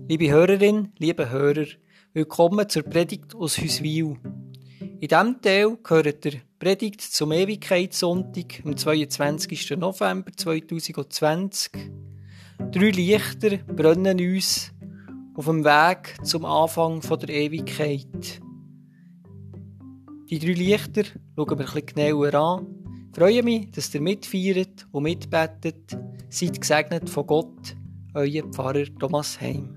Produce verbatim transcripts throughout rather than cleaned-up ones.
Liebe Hörerin, liebe Hörer, willkommen zur Predigt aus Hüswil. In diesem Teil gehört der Predigt zum Ewigkeitssonntag am zweiundzwanzigsten November zweitausendzwanzig. Drei Lichter brennen uns auf dem Weg zum Anfang der Ewigkeit. Die drei Lichter schauen wir ein bisschen genauer an. Ich freue mich, dass ihr mitfeiert und mitbetet. Seid gesegnet von Gott, euer Pfarrer Thomas Heim.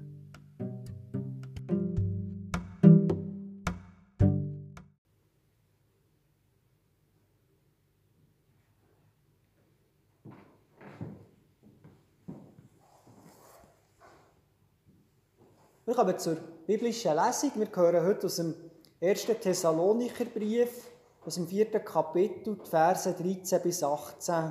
Wir kommen zur biblischen Lesung. Wir hören heute aus dem ersten Thessalonicherbrief, aus dem vierten Kapitel, die Verse dreizehn bis achtzehn.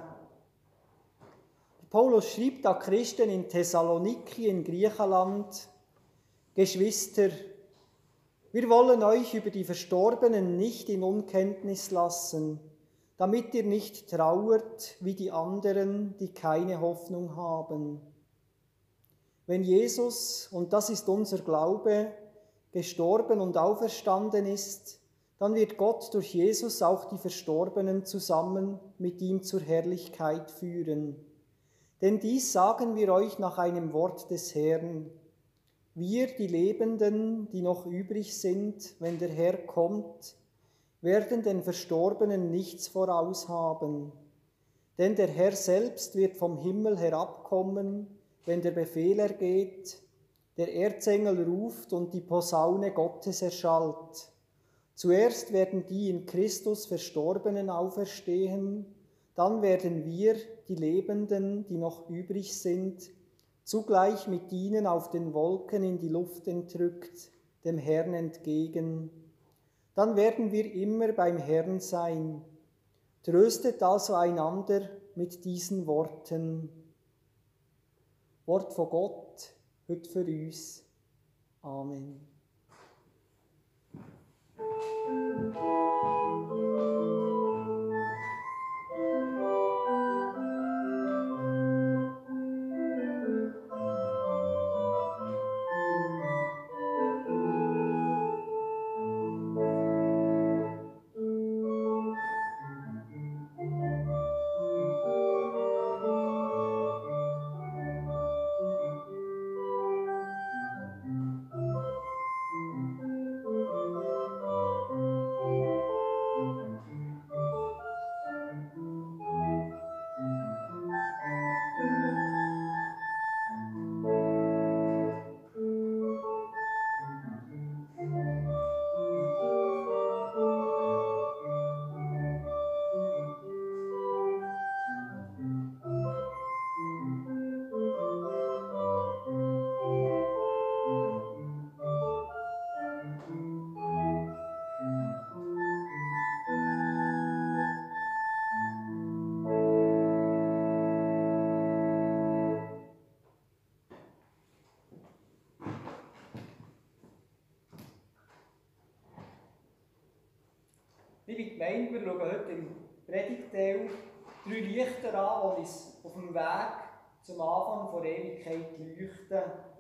Paulus schreibt an Christen in Thessaloniki in Griechenland: Geschwister, wir wollen euch über die Verstorbenen nicht in Unkenntnis lassen, damit ihr nicht trauert wie die anderen, die keine Hoffnung haben. Wenn Jesus, und das ist unser Glaube, gestorben und auferstanden ist, dann wird Gott durch Jesus auch die Verstorbenen zusammen mit ihm zur Herrlichkeit führen. Denn dies sagen wir euch nach einem Wort des Herrn: Wir, die Lebenden, die noch übrig sind, wenn der Herr kommt, werden den Verstorbenen nichts voraushaben. Denn der Herr selbst wird vom Himmel herabkommen, wenn der Befehl ergeht, der Erzengel ruft und die Posaune Gottes erschallt. Zuerst werden die in Christus Verstorbenen auferstehen, dann werden wir, die Lebenden, die noch übrig sind, zugleich mit ihnen auf den Wolken in die Luft entrückt, dem Herrn entgegen. Dann werden wir immer beim Herrn sein. Tröstet also einander mit diesen Worten. Wort von Gott, heute für uns. Amen. Liebe Gemeinde, wir schauen heute im Predigtteil drei Lichter an, die uns auf dem Weg zum Anfang der Ewigkeit leuchten.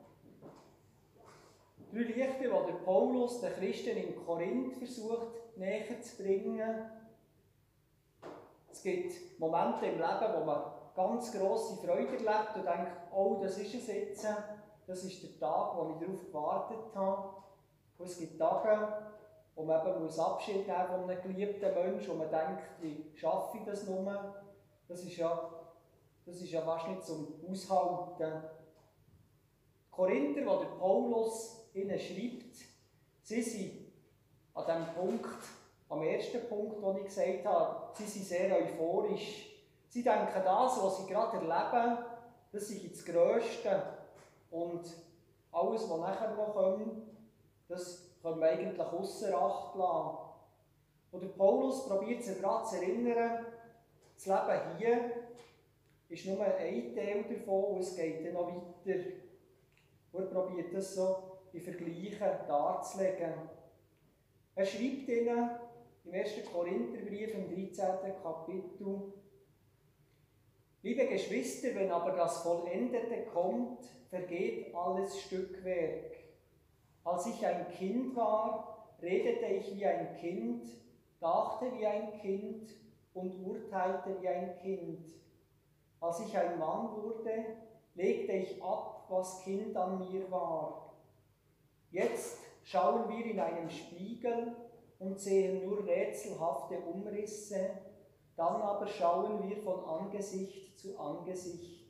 Drei Lichter, die der Paulus den Christen in Korinth versucht näher zu bringen. Es gibt Momente im Leben, wo man ganz grosse Freude erlebt und denkt, oh, das ist es jetzt, das ist der Tag, wo ich darauf gewartet habe. Und es gibt Tage, wo man eben muss Abschied nehmen von einem geliebten Menschen, wo man denkt, wie schaffe ich das nur? Das ist ja, das ist ja fast nicht zum Aushalten. Die Korinther, die der Paulus ihnen schreibt, sie sind an dem Punkt, am ersten Punkt, den ich gesagt habe, sie sind sehr euphorisch. Sie denken, das, was sie gerade erleben, das ist das Grösste. Und alles, was nachher noch kommt, das können wir eigentlich ausser Acht lassen. Und der Paulus probiert sich daran zu erinnern, das Leben hier ist nur ein Teil davon und es geht dann noch weiter. Und er probiert das so in Vergleichen darzulegen. Er schreibt ihnen im ersten Korintherbrief im dreizehnten Kapitel: Liebe Geschwister, wenn aber das Vollendete kommt, vergeht alles Stückwerk. Als ich ein Kind war, redete ich wie ein Kind, dachte wie ein Kind und urteilte wie ein Kind. Als ich ein Mann wurde, legte ich ab, was Kind an mir war. Jetzt schauen wir in einen Spiegel und sehen nur rätselhafte Umrisse, dann aber schauen wir von Angesicht zu Angesicht.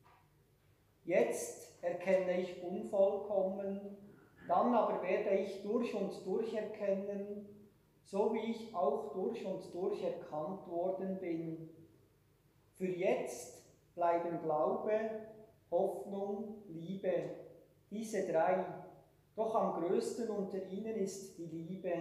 Jetzt erkenne ich unvollkommen, dann aber werde ich durch und durch erkennen, so wie ich auch durch und durch erkannt worden bin. Für jetzt bleiben Glaube, Hoffnung, Liebe, diese drei, doch am größten unter ihnen ist die Liebe.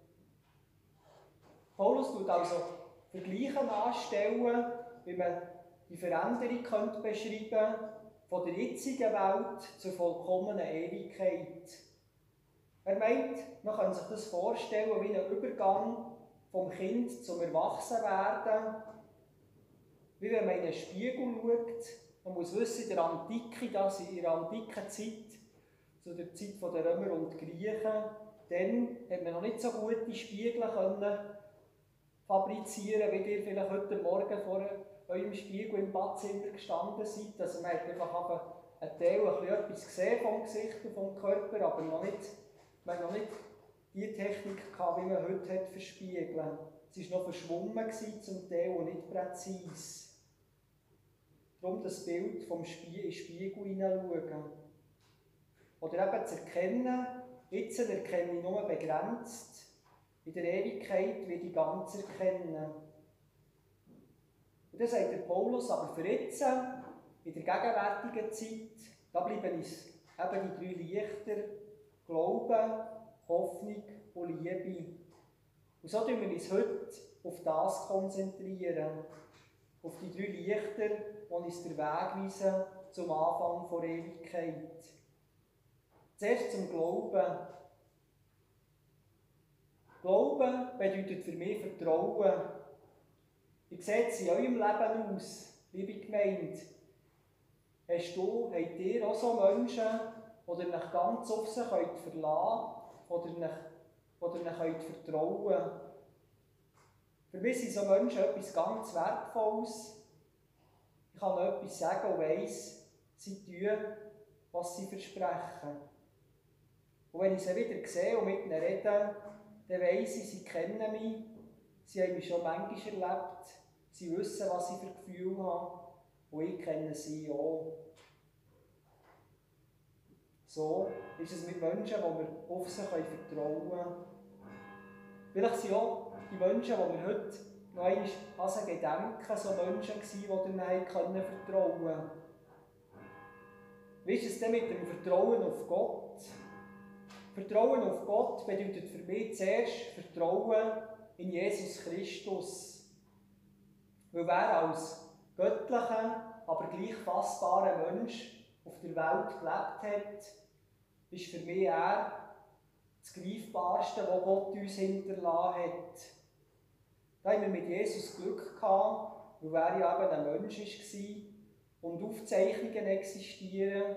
Paulus tut also Vergleiche anstellen, wie man die Veränderung könnte beschreiben von der jetzigen Welt zur vollkommenen Ewigkeit. Er meint, man kann sich das vorstellen wie ein Übergang vom Kind zum Erwachsenwerden, wie wenn man in einen Spiegel schaut. Man muss wissen, in der Antike, das in der antiken Zeit, zu der Zeit der Römer und Griechen, dann hat man noch nicht so gute Spiegel können fabrizieren, wie ihr vielleicht heute Morgen vor eurem Spiegel im Badzimmer gestanden seid. Also man hat einfach einen Teil ein bisschen etwas gesehen vom Gesicht und vom Körper, aber noch nicht, man hat noch nicht die Technik gehabt, wie man heute hat für Spiegeln. Es war noch verschwommen zum Teil und nicht präzise. Darum das Bild vom Spie in den Spiegel hineinschauen. Oder eben zu erkennen, jetzt erkenne ich nur begrenzt, in der Ewigkeit werde ich ganz erkennen. Und dann sagt der Paulus, aber für jetzt, in der gegenwärtigen Zeit, da bleiben uns eben die drei Lichter, Glauben, Hoffnung und Liebe. Und so tun wir uns heute auf das konzentrieren, auf die drei Lichter, die uns den Weg weisen zum Anfang der Ewigkeit. Zuerst zum Glauben. Glauben bedeutet für mich Vertrauen. Wie sieht es in eurem Leben aus, liebe Gemeinde? Hast du, habt ihr auch so Menschen, die ihr euch ganz auf sie könnt verlassen oder euch, oder euch könnt vertrauen? Für mich sind so Menschen etwas ganz Wertvolles. Ich kann noch etwas sagen und weiss, sie tun, was sie versprechen. Und wenn ich sie wieder sehe und mit ihnen rede, dann weiss ich, sie kennen mich, sie haben mich schon manchmal erlebt, sie wissen, was ich für Gefühle habe und ich kenne sie auch. So ist es mit Menschen, die wir auf sie vertrauen können. Vielleicht sind auch die Menschen, die wir heute noch einmal an sie gedenken, so Menschen gewesen, die ihnen vertrauen konnten. Wie ist es denn mit dem Vertrauen auf Gott? Vertrauen auf Gott bedeutet für mich zuerst Vertrauen in Jesus Christus. Weil er als göttlicher, aber gleich fassbarer Mensch auf der Welt gelebt hat, ist für mich er das Greifbarste, was Gott uns hinterlassen hat. Da haben wir mit Jesus Glück gehabt, weil er ja eben ein Mensch war und Aufzeichnungen existieren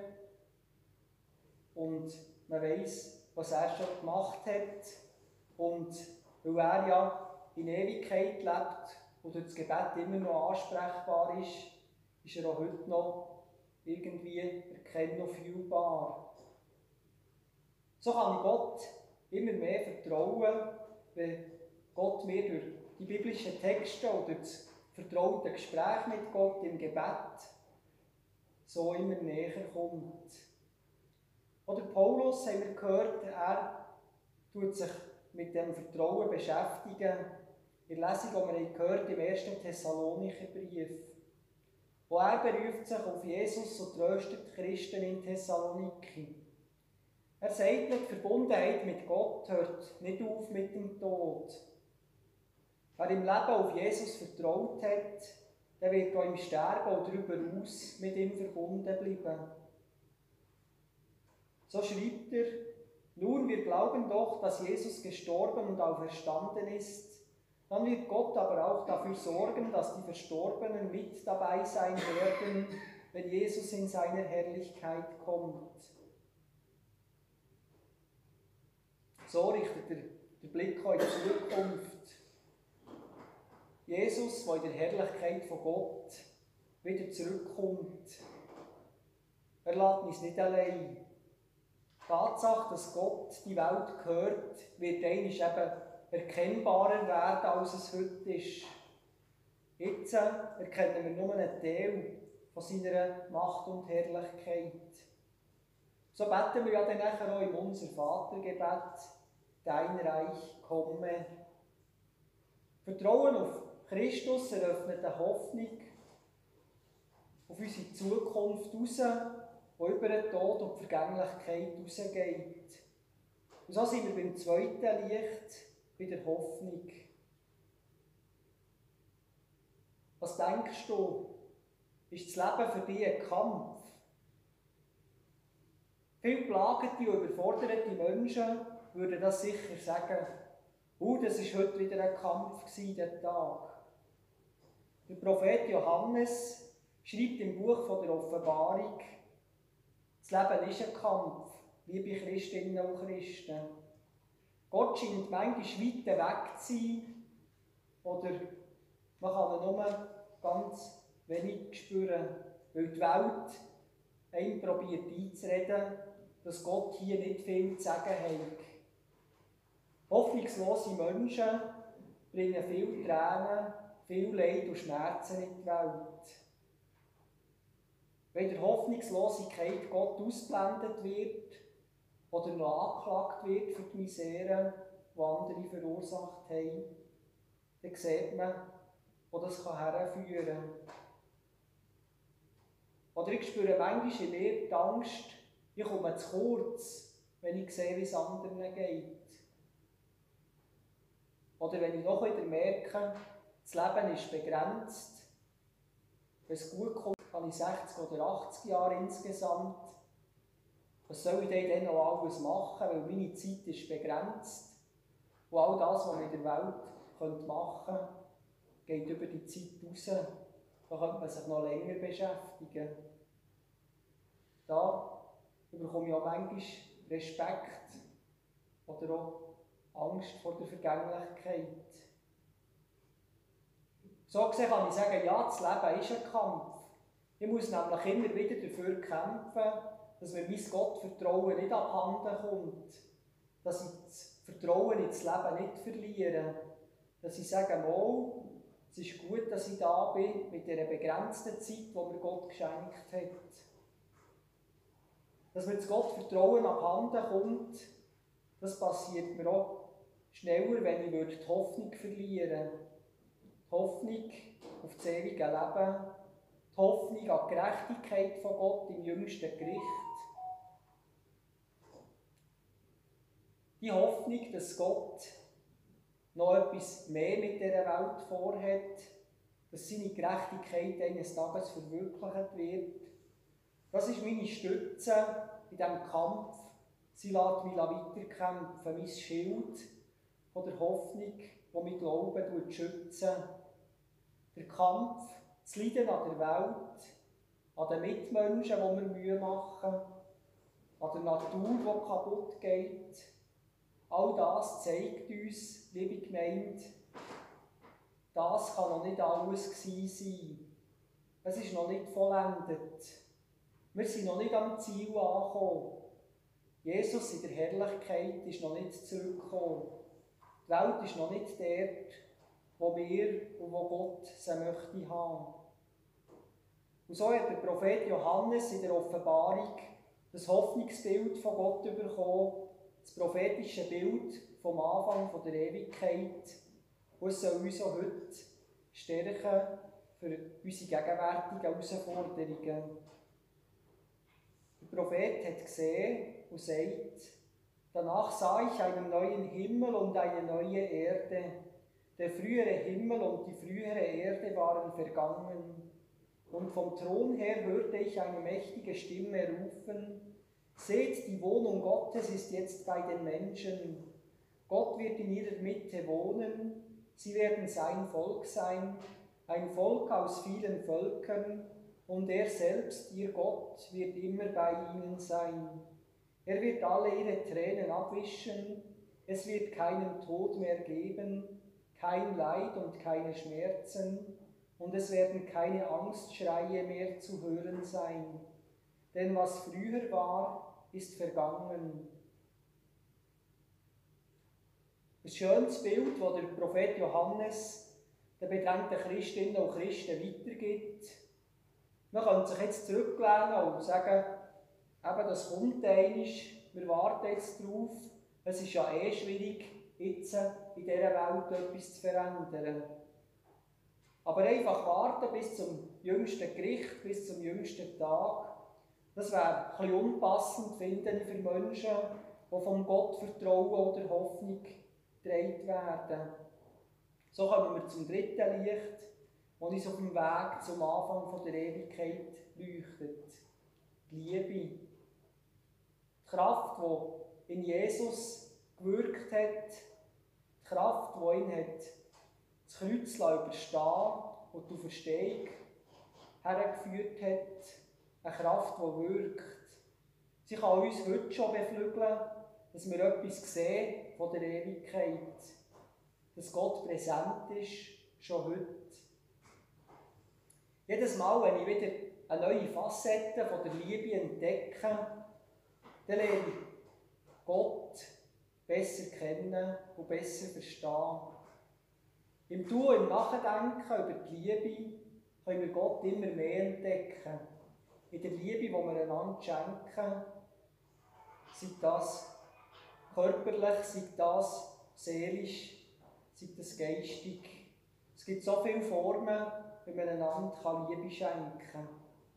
und man weiss, was er schon gemacht hat. Und weil er ja in Ewigkeit lebt und durch das Gebet immer noch ansprechbar ist, ist er auch heute noch irgendwie erkennbar und fühlbar. So kann ich Gott immer mehr vertrauen, wenn Gott mir durch die biblischen Texte oder das vertraute Gespräch mit Gott im Gebet so immer näher kommt. Oder Paulus, haben wir gehört, er tut sich mit dem Vertrauen beschäftigen. In der Lesung, die wir gehört im ersten Thessalonicher Brief. Wo er beruft sich auf Jesus und tröstet Christen in Thessaloniki. Er sagt, die Verbundenheit mit Gott hört nicht auf mit dem Tod. Wer im Leben auf Jesus vertraut hat, der wird auch im Sterben und darüber hinaus mit ihm verbunden bleiben. So schreibt er, nun, wir glauben doch, dass Jesus gestorben und auferstanden ist, Dann wird Gott aber auch dafür sorgen, dass die Verstorbenen mit dabei sein werden, wenn Jesus in seiner Herrlichkeit kommt. So richtet er den Blick in die Zukunft. Jesus, der in der Herrlichkeit von Gott wieder zurückkommt, er lässt uns nicht allein. Die Tatsache, dass Gott die Welt gehört, wird einmal eben erkennbarer werden, als es heute ist. Jetzt erkennen wir nur einen Teil von seiner Macht und Herrlichkeit. So beten wir ja dann nachher auch im Unser Vatergebet, dein Reich komme. Vertrauen auf Christus eröffnet eine Hoffnung auf unsere Zukunft raus, die über den Tod und die Vergänglichkeit rausgeht. Und so sind wir beim zweiten Licht, bei der Hoffnung. Was denkst du, ist das Leben für dich ein Kampf? Viele plagende und überforderte Menschen würden das sicher sagen, oh, das war heute wieder ein Kampf, der Tag. Der Prophet Johannes schreibt im Buch von der Offenbarung, das Leben ist ein Kampf, liebe Christinnen und Christen. Gott scheint manchmal weit weg zu sein, oder man kann ihn nur ganz wenig spüren, weil die Welt einem probiert einzureden, dass Gott hier nicht viel zu sagen hat. Hoffnungslose Menschen bringen viel Tränen, viel Leid und Schmerzen in die Welt. Wenn der Hoffnungslosigkeit Gott ausgeblendet wird oder noch angeklagt wird für die Misere, die andere verursacht haben, dann sieht man, wo das herführen kann. Oder ich spüre manchmal in mir die Angst, ich komme zu kurz, wenn ich sehe, wie es anderen geht. Oder wenn ich noch wieder merke, das Leben ist begrenzt. Wenn es gut kommt, habe ich sechzig oder achtzig Jahre insgesamt. Was soll ich denn dann noch alles machen, weil meine Zeit ist begrenzt. Und all das, was ich in der Welt machen könnte, geht über die Zeit raus. Da könnte man sich noch länger beschäftigen. Da bekomme ich auch manchmal Respekt oder auch Angst vor der Vergänglichkeit. So gesehen kann ich sagen, ja, das Leben ist ein Kampf. Ich muss nämlich immer wieder dafür kämpfen, dass mir mein Gottvertrauen nicht abhanden kommt. Dass ich das Vertrauen ins Leben nicht verliere. Dass ich sage, mal, es ist gut, dass ich da bin, mit dieser begrenzten Zeit, die mir Gott geschenkt hat. Dass mir das Gottvertrauen abhanden kommt, das passiert mir auch schneller, wenn ich die Hoffnung verliere. Die Hoffnung auf das ewige Leben, die Hoffnung an die Gerechtigkeit von Gott im jüngsten Gericht. Die Hoffnung, dass Gott noch etwas mehr mit dieser Welt vorhat, dass seine Gerechtigkeit eines Tages verwirklicht wird. Das ist meine Stütze in diesem Kampf. Sie lässt mich weiterkämpfen, mein Schild von der Hoffnung, die mich Glauben schützen. Der Kampf, das Leiden an der Welt, an den Mitmenschen, die mir Mühe machen, an der Natur, die kaputt geht. All das zeigt uns, liebe Gemeinde, das kann noch nicht alles gewesen sein. Es ist noch nicht vollendet. Wir sind noch nicht am Ziel angekommen. Jesus in der Herrlichkeit ist noch nicht zurückgekommen. Die Welt ist noch nicht dort, wo wir und wo Gott sie möchte haben. Und so hat der Prophet Johannes in der Offenbarung das Hoffnungsbild von Gott bekommen, das prophetische Bild vom Anfang von der Ewigkeit. Und es soll uns auch heute stärken für unsere gegenwärtigen Herausforderungen. Der Prophet hat gesehen und sagt, danach sah ich einen neuen Himmel und eine neue Erde. Der frühere Himmel und die frühere Erde waren vergangen. Und vom Thron her hörte ich eine mächtige Stimme rufen, seht, die Wohnung Gottes ist jetzt bei den Menschen. Gott wird in ihrer Mitte wohnen. Sie werden sein Volk sein, ein Volk aus vielen Völkern, und er selbst, ihr Gott, wird immer bei ihnen sein. Er wird alle ihre Tränen abwischen, es wird keinen Tod mehr geben, kein Leid und keine Schmerzen, und es werden keine Angstschreie mehr zu hören sein. Denn was früher war, ist vergangen. Ein schönes Bild, das der Prophet Johannes den bedrängten Christinnen und Christen weitergibt. Man könnte sich jetzt zurücklehnen und sagen, eben, das kommt einmal, wir warten jetzt drauf. Es ist ja eh schwierig, jetzt in dieser Welt etwas zu verändern. Aber einfach warten bis zum jüngsten Gericht, bis zum jüngsten Tag, das wäre ein bisschen unpassend, finde ich, für Menschen, die vom Gottvertrauen oder Hoffnung getragen werden. So kommen wir zum dritten Licht, das uns auf dem Weg zum Anfang der Ewigkeit leuchtet. Die Liebe. Die Kraft, die in Jesus gewirkt hat, die Kraft, die ihn hat das Kreuz überstehen und die Verstehung hergeführt hat, eine Kraft, die wirkt. Sie kann uns heute schon beflügeln, dass wir etwas sehen von der Ewigkeit, dass Gott präsent ist, schon heute. Jedes Mal, wenn ich wieder eine neue Facette von der Liebe entdecke, dann lerne ich Gott besser kennen und besser verstehen. Im Tun, im Nachdenken über die Liebe können wir Gott immer mehr entdecken. In der Liebe, die wir einander schenken, sei das körperlich, sei das seelisch, sei das geistig. Es gibt so viele Formen, wie man einander Liebe schenken kann.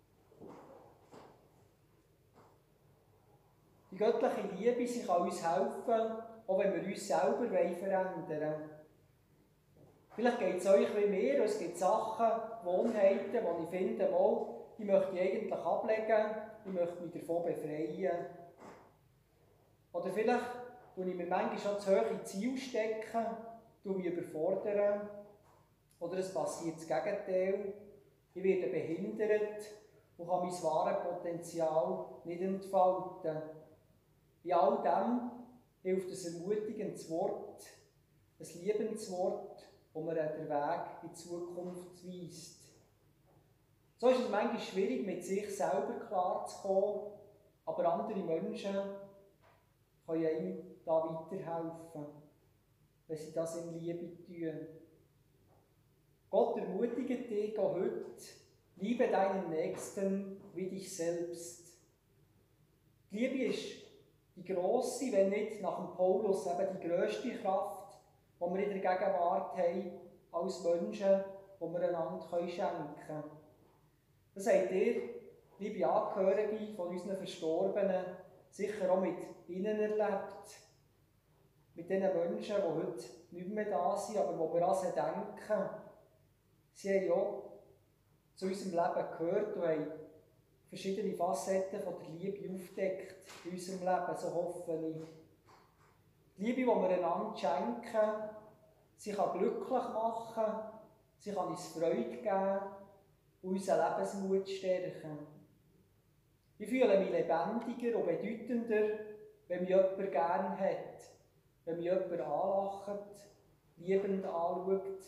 Die göttliche Liebe, sie kann uns helfen, auch wenn wir uns selber verändern wollen. Vielleicht geht es euch wie mir, es gibt Sachen, Gewohnheiten, die ich finde, mal, die möchte ich eigentlich ablegen, ich möchte mich davon befreien. Oder vielleicht stecke ich mir manchmal schon zu hohe Ziele, stecken, mich überfordern. Oder es passiert das Gegenteil, ich werde behindert und kann mein wahres Potenzial nicht entfalten. In all dem hilft ein ermutigendes Wort, ein Liebenswort, das mir den Weg in die Zukunft weist. So ist es manchmal schwierig, mit sich selber klarzukommen, aber andere Menschen können einem da weiterhelfen, wenn sie das in Liebe tun. Gott ermutigt dich auch heute, liebe deinen Nächsten wie dich selbst. Die Liebe ist die grosse, wenn nicht nach dem Paulus eben die grösste Kraft, die wir in der Gegenwart haben, als Menschen, die wir einander schenken können. Das habt ihr, liebe Angehörige von unseren Verstorbenen, sicher auch mit ihnen erlebt. Mit den Menschen, die heute nicht mehr da sind, aber die wir an sie denken. Sie haben ja zu unserem Leben gehört und haben verschiedene Facetten von der Liebe aufgedeckt in unserem Leben, so hoffe ich. Die Liebe, die wir einander schenken, sie kann glücklich machen, sie kann uns Freude geben und unseren Lebensmut stärken. Ich fühle mich lebendiger und bedeutender, wenn mich jemand gern hat, wenn mich jemand anlacht, liebend anschaut.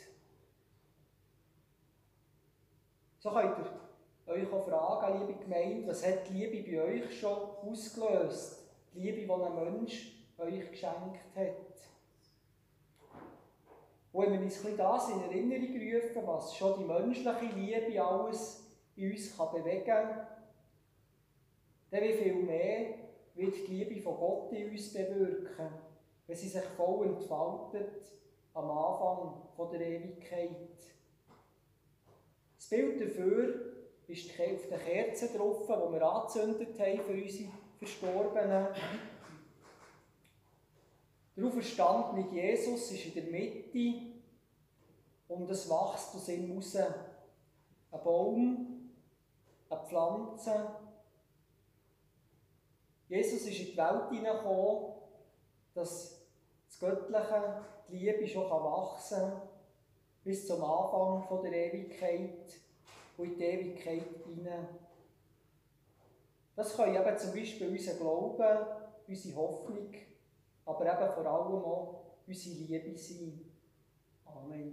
So könnt ihr euch auch fragen, liebe Gemeinde, was hat die Liebe bei euch schon ausgelöst? Die Liebe, die ein Mensch euch geschenkt hat. Und wenn wir uns das in Erinnerung rufen, was schon die menschliche Liebe alles in uns kann bewegen kann, dann wie viel mehr wird die Liebe von Gott in uns bewirken, wenn sie sich voll entfaltet am Anfang der Ewigkeit. Das Bild dafür ist auf den Kerzen drauf, die wir angezündet haben für unsere Verstorbenen. Der auferstandene Jesus ist in der Mitte und es wächst aus ihm raus ein Baum, eine Pflanze. Jesus ist in die Welt hineingekommen, dass das Göttliche, die Liebe schon wachsen kann, bis zum Anfang von der Ewigkeit und in die Ewigkeit hinein. Das können eben zum Beispiel unser Glaube, unsere Hoffnung, aber eben vor allem auch unsere Liebe sein. Amen.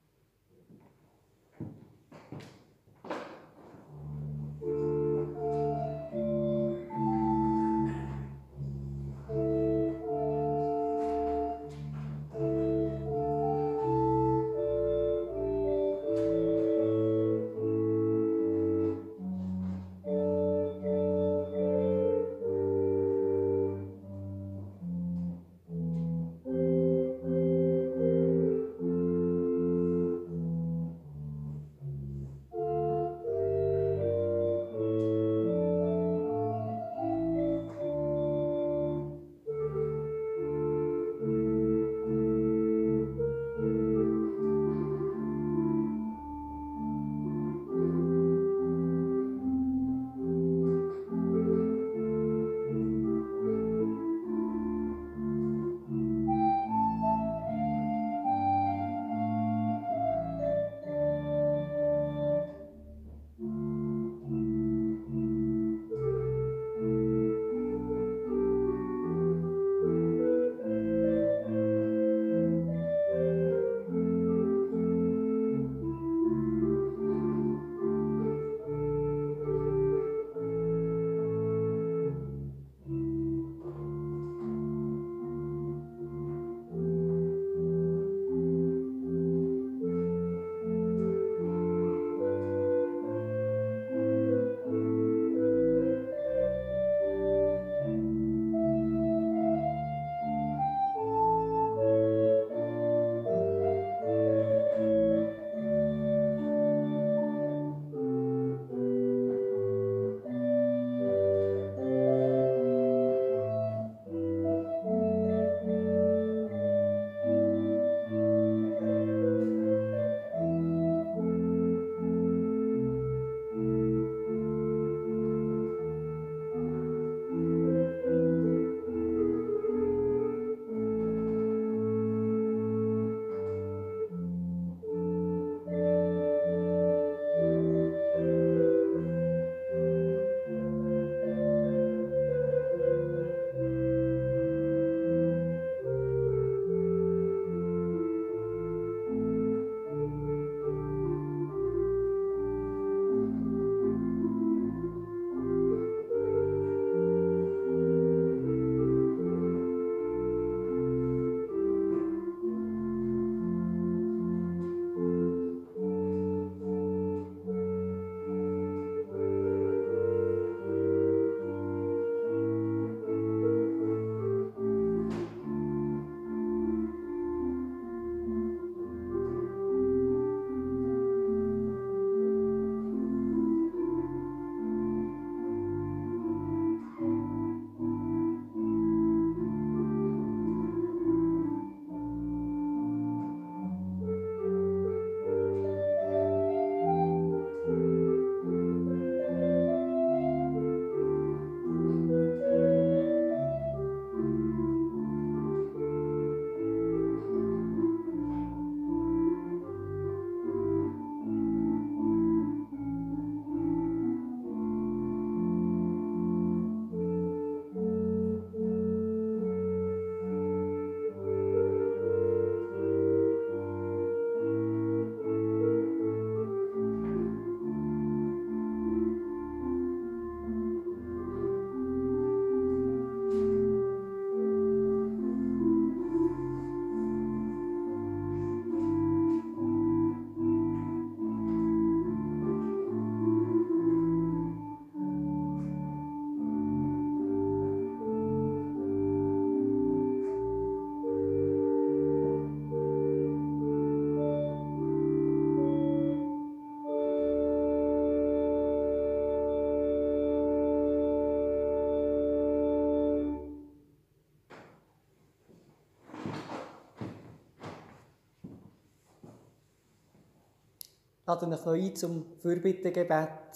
lade euch noch ein zum Fürbittegebet.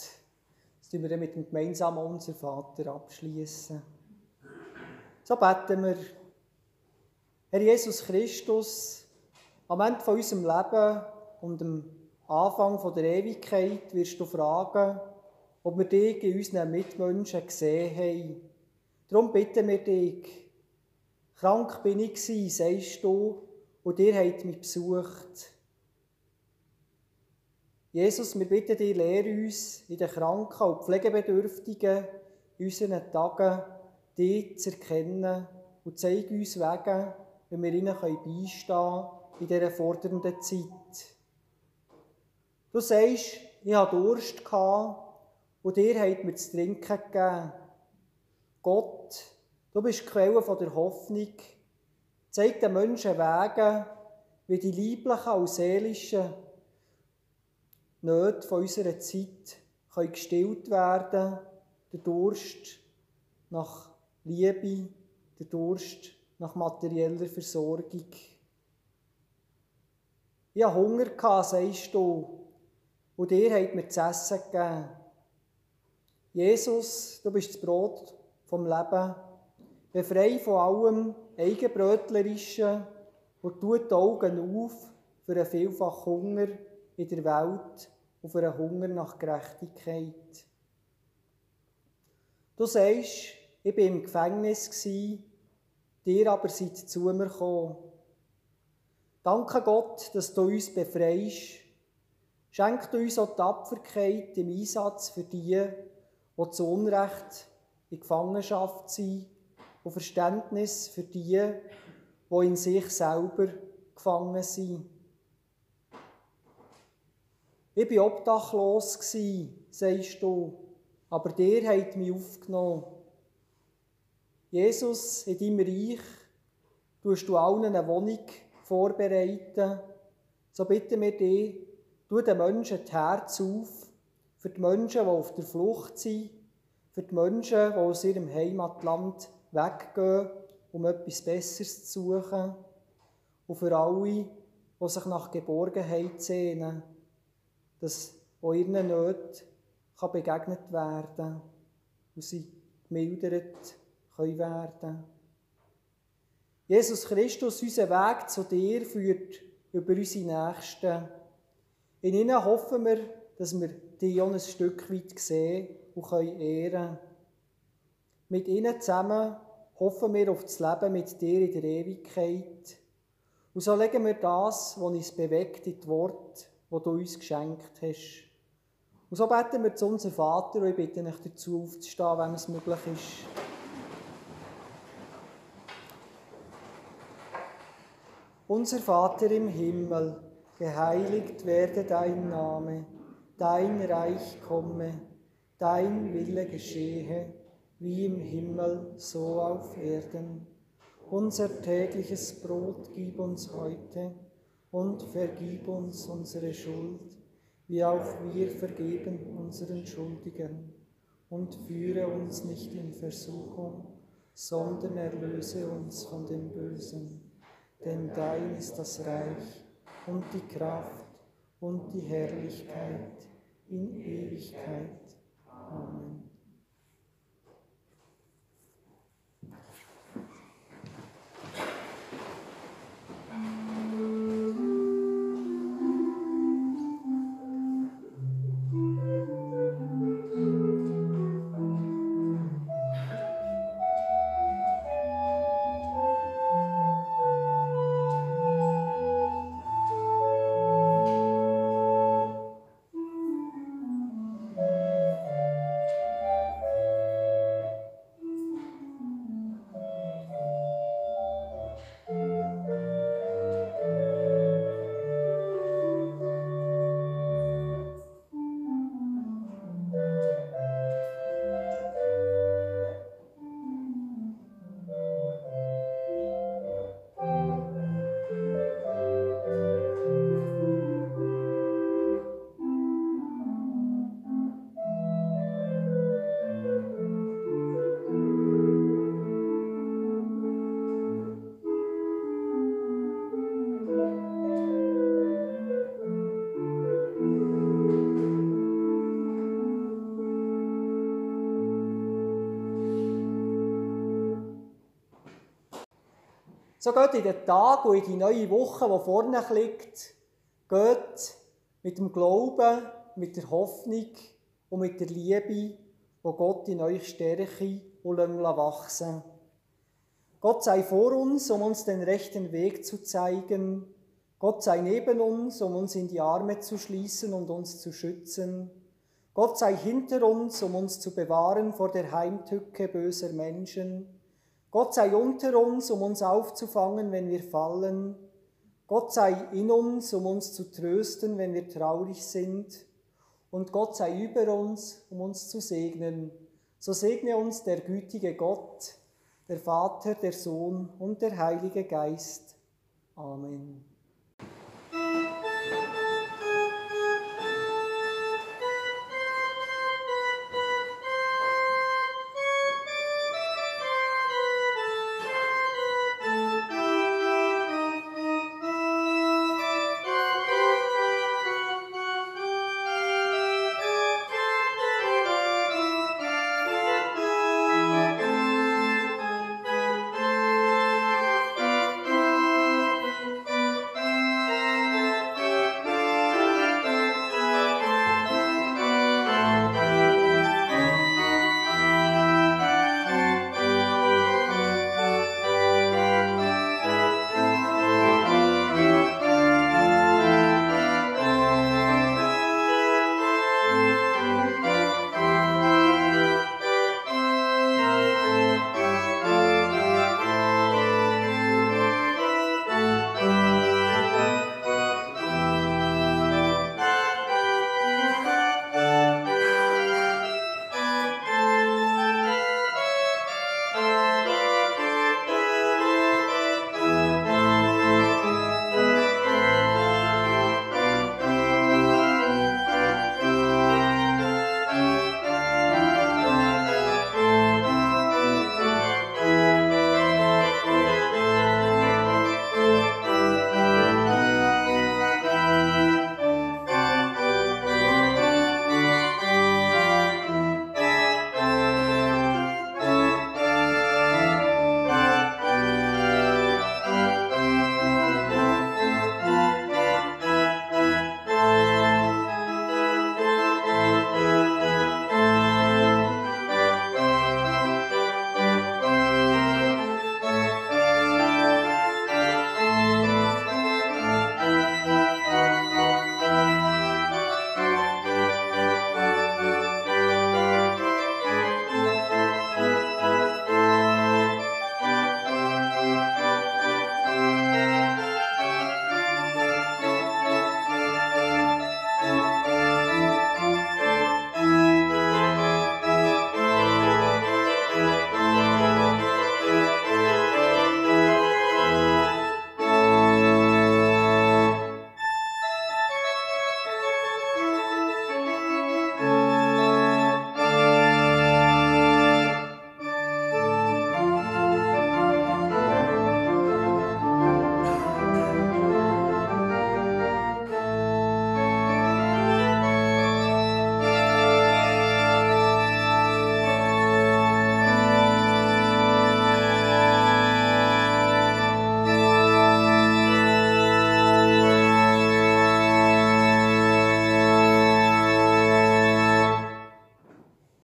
Das tun wir dann mit dem gemeinsamen Unser Vater abschließen. So beten wir, Herr Jesus Christus, am Ende von unserem Leben und am Anfang der Ewigkeit wirst du fragen, ob wir dich in unseren Mitmenschen gesehen haben. Darum bitten wir dich, krank bin ich gewesen, sagst du, und ihr habt mich besucht. Jesus, wir bitten dich, lehre uns in den Kranken und Pflegebedürftigen in unseren Tagen, dich zu erkennen und zeige uns Wege, wie wir ihnen beistehen können in dieser fordernden Zeit. Du sagst, ich hatte Durst und dir hat mir zu trinken gegeben. Gott, du bist die Quelle der Hoffnung. Zeig den Menschen Wege, wie die leiblichen und seelischen Nöte von unserer Zeit können gestillt werden. Der Durst nach Liebe, der Durst nach materieller Versorgung. Ich hatte Hunger, sagst du, und dir hat mir zu essen gegeben. Jesus, du bist das Brot vom Leben. Befrei von allem Eigenbrötlerischen und tu die Augen auf für einen vielfachen Hunger in der Welt und für einen Hunger nach Gerechtigkeit. Du sagst, ich war im Gefängnis, dir aber seid zu mir gekommen. Danke Gott, dass du uns befreist. Schenk du uns auch Tapferkeit im Einsatz für die, die zu Unrecht in Gefangenschaft sind, und Verständnis für die, die in sich selber gefangen sind. Ich war obdachlos, sagst du, aber dir hat mich aufgenommen. Jesus, in deinem Reich tust du allen eine Wohnung vorbereiten. So bitten wir dich, tu den Menschen das Herz auf, für die Menschen, die auf der Flucht sind, für die Menschen, die aus ihrem Heimatland weggehen, um etwas Besseres zu suchen, und für alle, die sich nach Geborgenheit sehnen, dass auch ihren Nöten begegnet werden kann und sie gemildert können werden. Jesus Christus, unser Weg zu dir führt über unsere Nächsten. In ihnen hoffen wir, dass wir dich auch ein Stück weit sehen und ehren können. Mit ihnen zusammen hoffen wir auf das Leben mit dir in der Ewigkeit. Und so legen wir das, was uns bewegt, in die Worte, die du uns geschenkt hast. Und so beten wir zu unserem Vater, und ich bitte euch dazu aufzustehen, wenn es möglich ist. Unser Vater im Himmel, geheiligt werde dein Name, dein Reich komme, dein Wille geschehe, wie im Himmel, so auf Erden. Unser tägliches Brot gib uns heute und vergib uns unsere Schuld, wie auch wir vergeben unseren Schuldigern. Und führe uns nicht in Versuchung, sondern erlöse uns von dem Bösen. Denn dein ist das Reich und die Kraft und die Herrlichkeit in Ewigkeit. Amen. So geht in den Tag und in die neue Woche, die vor uns liegt, Geht mit dem Glauben, mit der Hoffnung und mit der Liebe, wo Gott in euch stärke und wachsen. Gott sei vor uns, um uns den rechten Weg zu zeigen. Gott sei neben uns, um uns in die Arme zu schließen und uns zu schützen. Gott sei hinter uns, um uns zu bewahren vor der Heimtücke böser Menschen. Gott sei unter uns, um uns aufzufangen, wenn wir fallen. Gott sei in uns, um uns zu trösten, wenn wir traurig sind. Und Gott sei über uns, um uns zu segnen. So segne uns der gütige Gott, der Vater, der Sohn und der Heilige Geist. Amen.